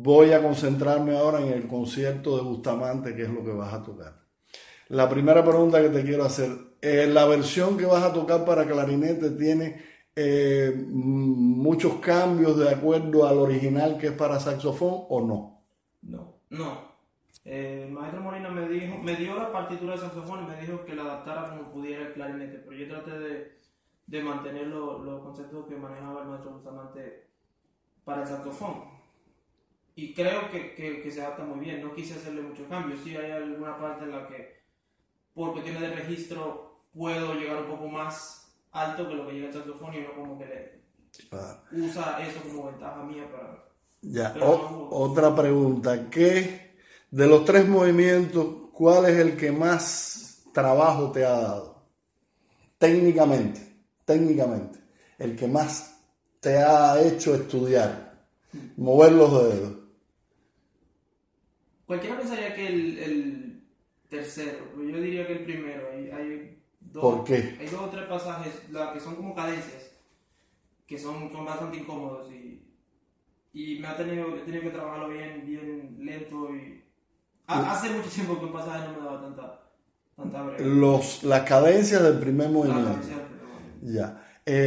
Voy a concentrarme ahora en el concierto de Bustamante, que es lo que vas a tocar. La primera pregunta que te quiero hacer, ¿la versión que vas a tocar para clarinete tiene muchos cambios de acuerdo al original que es para saxofón o no? No. El maestro Molina me dio la partitura de saxofón y me dijo que la adaptara como pudiera el clarinete, pero yo traté de mantener los conceptos que manejaba el maestro Bustamante para el saxofón. Y creo que se adapta muy bien. No quise hacerle muchos cambios. Sí hay alguna parte en la que, por cuestiones de registro, puedo llegar un poco más alto que lo que llega el saxofón y uno como que usa eso como ventaja mía para... Ya, otra pregunta, ¿qué de los tres movimientos, cuál es el que más trabajo te ha dado? Técnicamente, el que más te ha hecho estudiar, mover los dedos. Cualquiera pensaría que el tercero, pero yo diría que el primero. Hay ¿Por qué? Hay dos o tres pasajes que son como cadencias, que son bastante incómodos y he tenido que trabajarlo bien lento y... Hace mucho tiempo que un pasaje no me daba tanta breve. Las cadencias del primer La movimiento. cadencia del primer movimiento. Ya.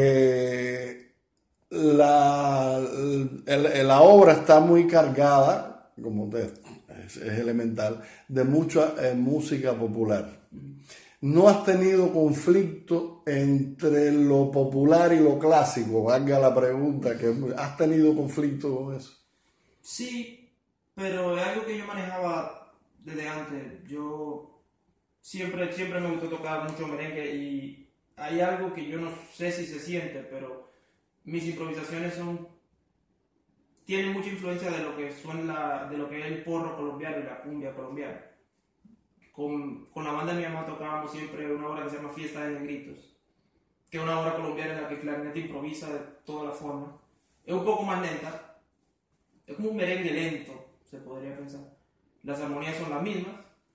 La obra está muy cargada, es elemental, de mucha música popular. ¿No has tenido conflicto entre lo popular y lo clásico? Valga la pregunta, ¿has tenido conflicto con eso? Sí, pero es algo que yo manejaba desde antes. Yo siempre me gustó tocar mucho merengue y hay algo que yo no sé si se siente, pero mis improvisaciones tienen mucha influencia de lo que de lo que es el porro colombiano y la cumbia colombiana. Con la banda de mi mamá tocábamos siempre una obra que se llama Fiesta de Negritos, que es una obra colombiana en la que el clarinete improvisa de toda la forma. Es un poco más lenta, es como un merengue lento, se podría pensar. Las armonías son las mismas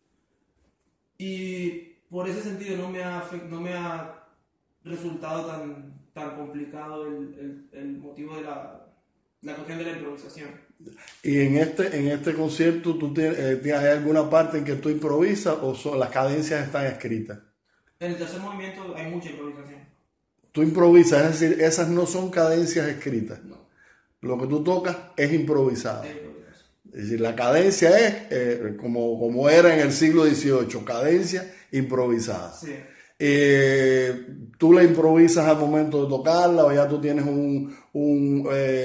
y por ese sentido no me ha resultado tan complicado el motivo de la cuestión de la improvisación. Y en este concierto, ¿hay alguna parte en que tú improvisas o las cadencias están escritas? En el tercer movimiento hay mucha improvisación. Tú improvisas, es decir, esas no son cadencias escritas. No. Lo que tú tocas es improvisado. Hay improvisación. Es decir, la cadencia es como era en el siglo XVIII, cadencia improvisada. Sí. Tú la improvisas al momento de tocarla o ya tú tienes un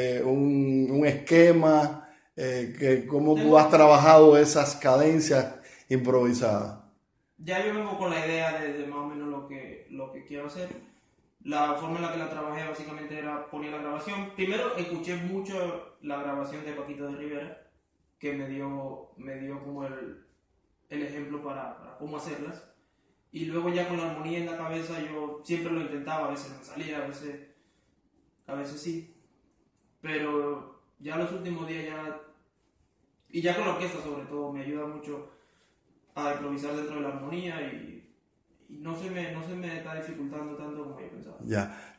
esquema, cómo tú has trabajado esas cadencias improvisadas. Ya yo vengo con la idea de más o menos lo que quiero hacer. La forma en la que la trabajé básicamente era poner la grabación. Primero escuché mucho la grabación de Paquito de Rivera, que me dio como el ejemplo para cómo hacerlas. Y luego ya con la armonía en la cabeza yo siempre lo intentaba, a veces no me salía, a veces sí. Pero ya los últimos días y ya con la orquesta sobre todo, me ayuda mucho a improvisar dentro de la armonía y no se me está dificultando tanto como yo pensaba. Ya.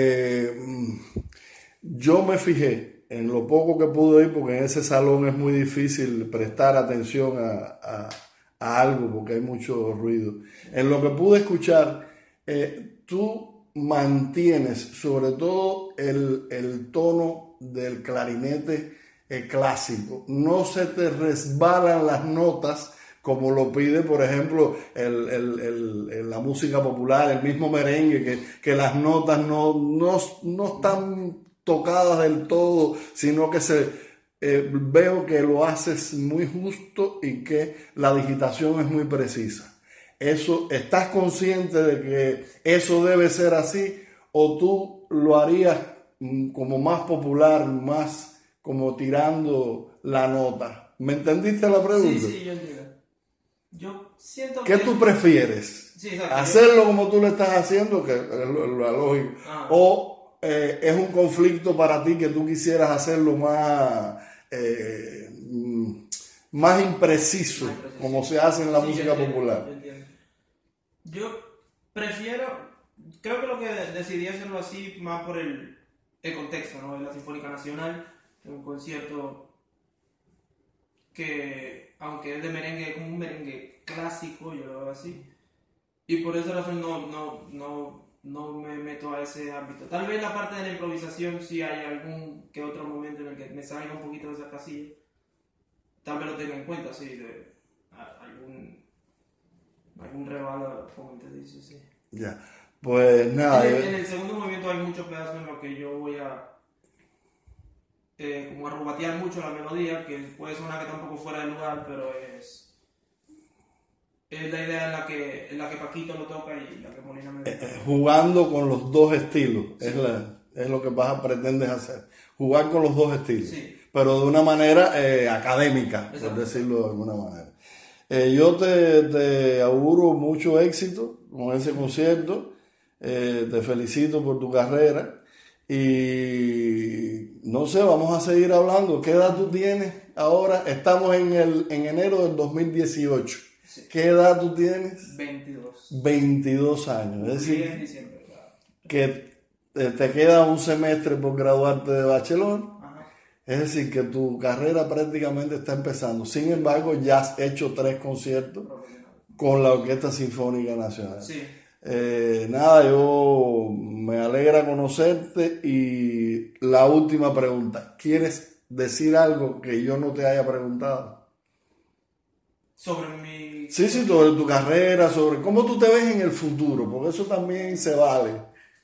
Yo me fijé en lo poco que pude ir, porque en ese salón es muy difícil prestar atención a algo porque hay mucho ruido. En lo que pude escuchar, tú mantienes sobre todo el tono del clarinete clásico. No se te resbalan las notas como lo pide, por ejemplo, la música popular, el mismo merengue, que las notas no están tocadas del todo, sino que veo que lo haces muy justo y que la digitación es muy precisa. ¿Estás consciente de que eso debe ser así o tú lo harías como más popular, más como tirando la nota? ¿Me entendiste la pregunta? Sí, yo entiendo. Yo siento ¿Qué tú prefieres? Sí, exacto. ¿Hacerlo como tú lo estás haciendo, que es lo lógico? ¿O es un conflicto para ti que tú quisieras hacerlo más impreciso, como se hace en la música popular? Yo entiendo. Yo prefiero, creo que lo que decidí hacerlo así más por el contexto, ¿no? En la Sinfónica Nacional, en un concierto que aunque es de merengue, es como un merengue clásico, yo lo veo así. Y por esa razón no me meto a ese ámbito. Tal vez la parte de la improvisación sí hay algún que otro momento en el que me salga un poquito de esa casilla. Tal vez lo tenga en cuenta, sí, de algún rebalo, como te dice, sí. Ya, pues nada. En el segundo movimiento hay muchos pedazos en los que yo voy a como a rubatear mucho la melodía, que puede sonar que está un poco fuera de lugar, pero es la idea en la que Paquito lo toca y la que Molina me jugando con los dos estilos, sí. es lo que pretendes hacer, jugar con los dos estilos, sí. pero de una manera académica, por decirlo de alguna manera. Yo te auguro mucho éxito con ese concierto, te felicito por tu carrera y no sé, vamos a seguir hablando. ¿Qué edad tú tienes ahora? Estamos en enero del 2018. Sí. ¿Qué edad tú tienes? 22. 22 años. Es decir, en diciembre, claro. Que te queda un semestre por graduarte de bachelor. Ajá. Es decir, que tu carrera prácticamente está empezando. Sin embargo, ya has hecho 3 conciertos con la Orquesta Sinfónica Nacional. Sí. Nada, yo me alegra conocerte y la última pregunta. ¿Quieres decir algo que yo no te haya preguntado? Sobre mi... Sí, sobre tu carrera, sobre cómo tú te ves en el futuro, porque eso también se vale.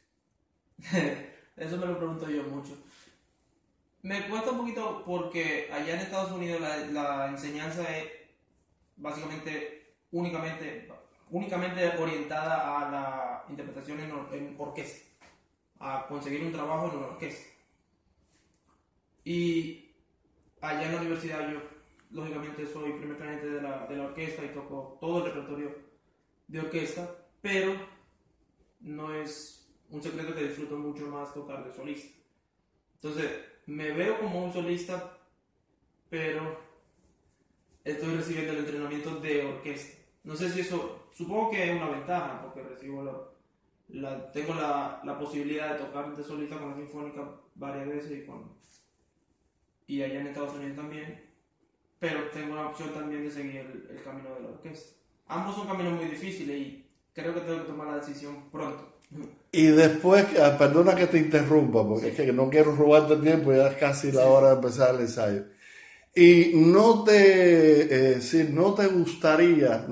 Eso me lo pregunto yo mucho. Me cuesta un poquito porque allá en Estados Unidos la enseñanza es básicamente únicamente orientada a la interpretación en orquesta, a conseguir un trabajo en una orquesta. Y allá en la universidad yo, lógicamente, soy primer clarinete de la orquesta y toco todo el repertorio de orquesta, pero no es un secreto que disfruto mucho más tocar de solista. Entonces, me veo como un solista, pero estoy recibiendo el entrenamiento de orquesta. No sé si eso, supongo que es una ventaja, porque recibo tengo la posibilidad de tocar de solista con la Sinfónica varias veces y allá en Estados Unidos también, pero tengo la opción también de seguir el camino de la orquesta. Ambos son caminos muy difíciles y creo que tengo que tomar la decisión pronto. Y después, perdona que te interrumpa, porque es que no quiero robarte tiempo, ya es casi la hora de empezar el ensayo. Y no te gustaría,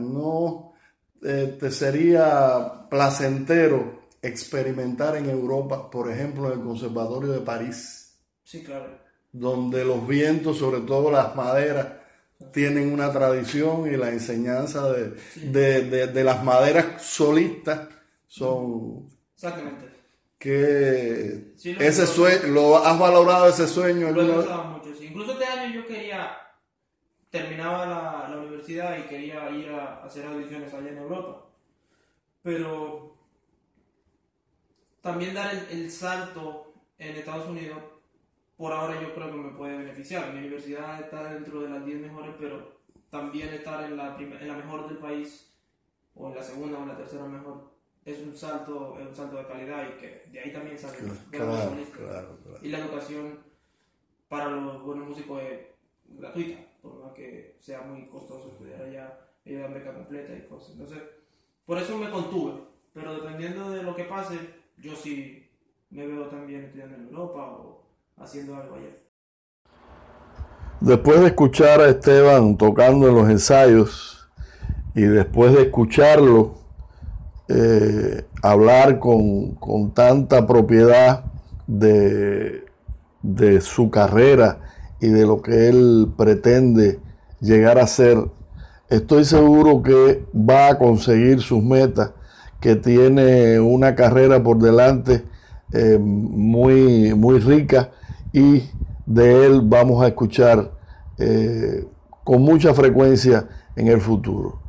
te sería placentero experimentar en Europa, por ejemplo, en el Conservatorio de París. Sí, claro. Donde los vientos, sobre todo las maderas, tienen una tradición y la enseñanza de las maderas solistas son... Exactamente. Que sí, ese sueño, ¿has valorado ese sueño? Lo he pensado mucho, sí. Incluso este año yo terminaba la universidad y quería ir a hacer audiciones allá en Europa. Pero también dar el salto en Estados Unidos, por ahora yo creo que me puede beneficiar. Mi universidad está dentro de las 10 mejores, pero también estar en la mejor del país, o en la segunda o en la tercera mejor, es un salto de calidad y que de ahí también sale claro. Y la educación para los buenos músicos es gratuita, por más que sea muy costoso estudiar allá, ellos dan beca completa y cosas. Entonces, por eso me contuve, pero dependiendo de lo que pase, yo sí me veo también estudiando en Europa o haciendo algo allá. Después de escuchar a Esteban tocando en los ensayos y después de escucharlo hablar con tanta propiedad de su carrera y de lo que él pretende llegar a ser, estoy seguro que va a conseguir sus metas, que tiene una carrera por delante muy, muy rica, y de él vamos a escuchar con mucha frecuencia en el futuro.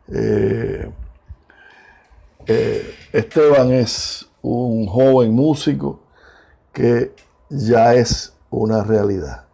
Esteban es un joven músico que ya es una realidad.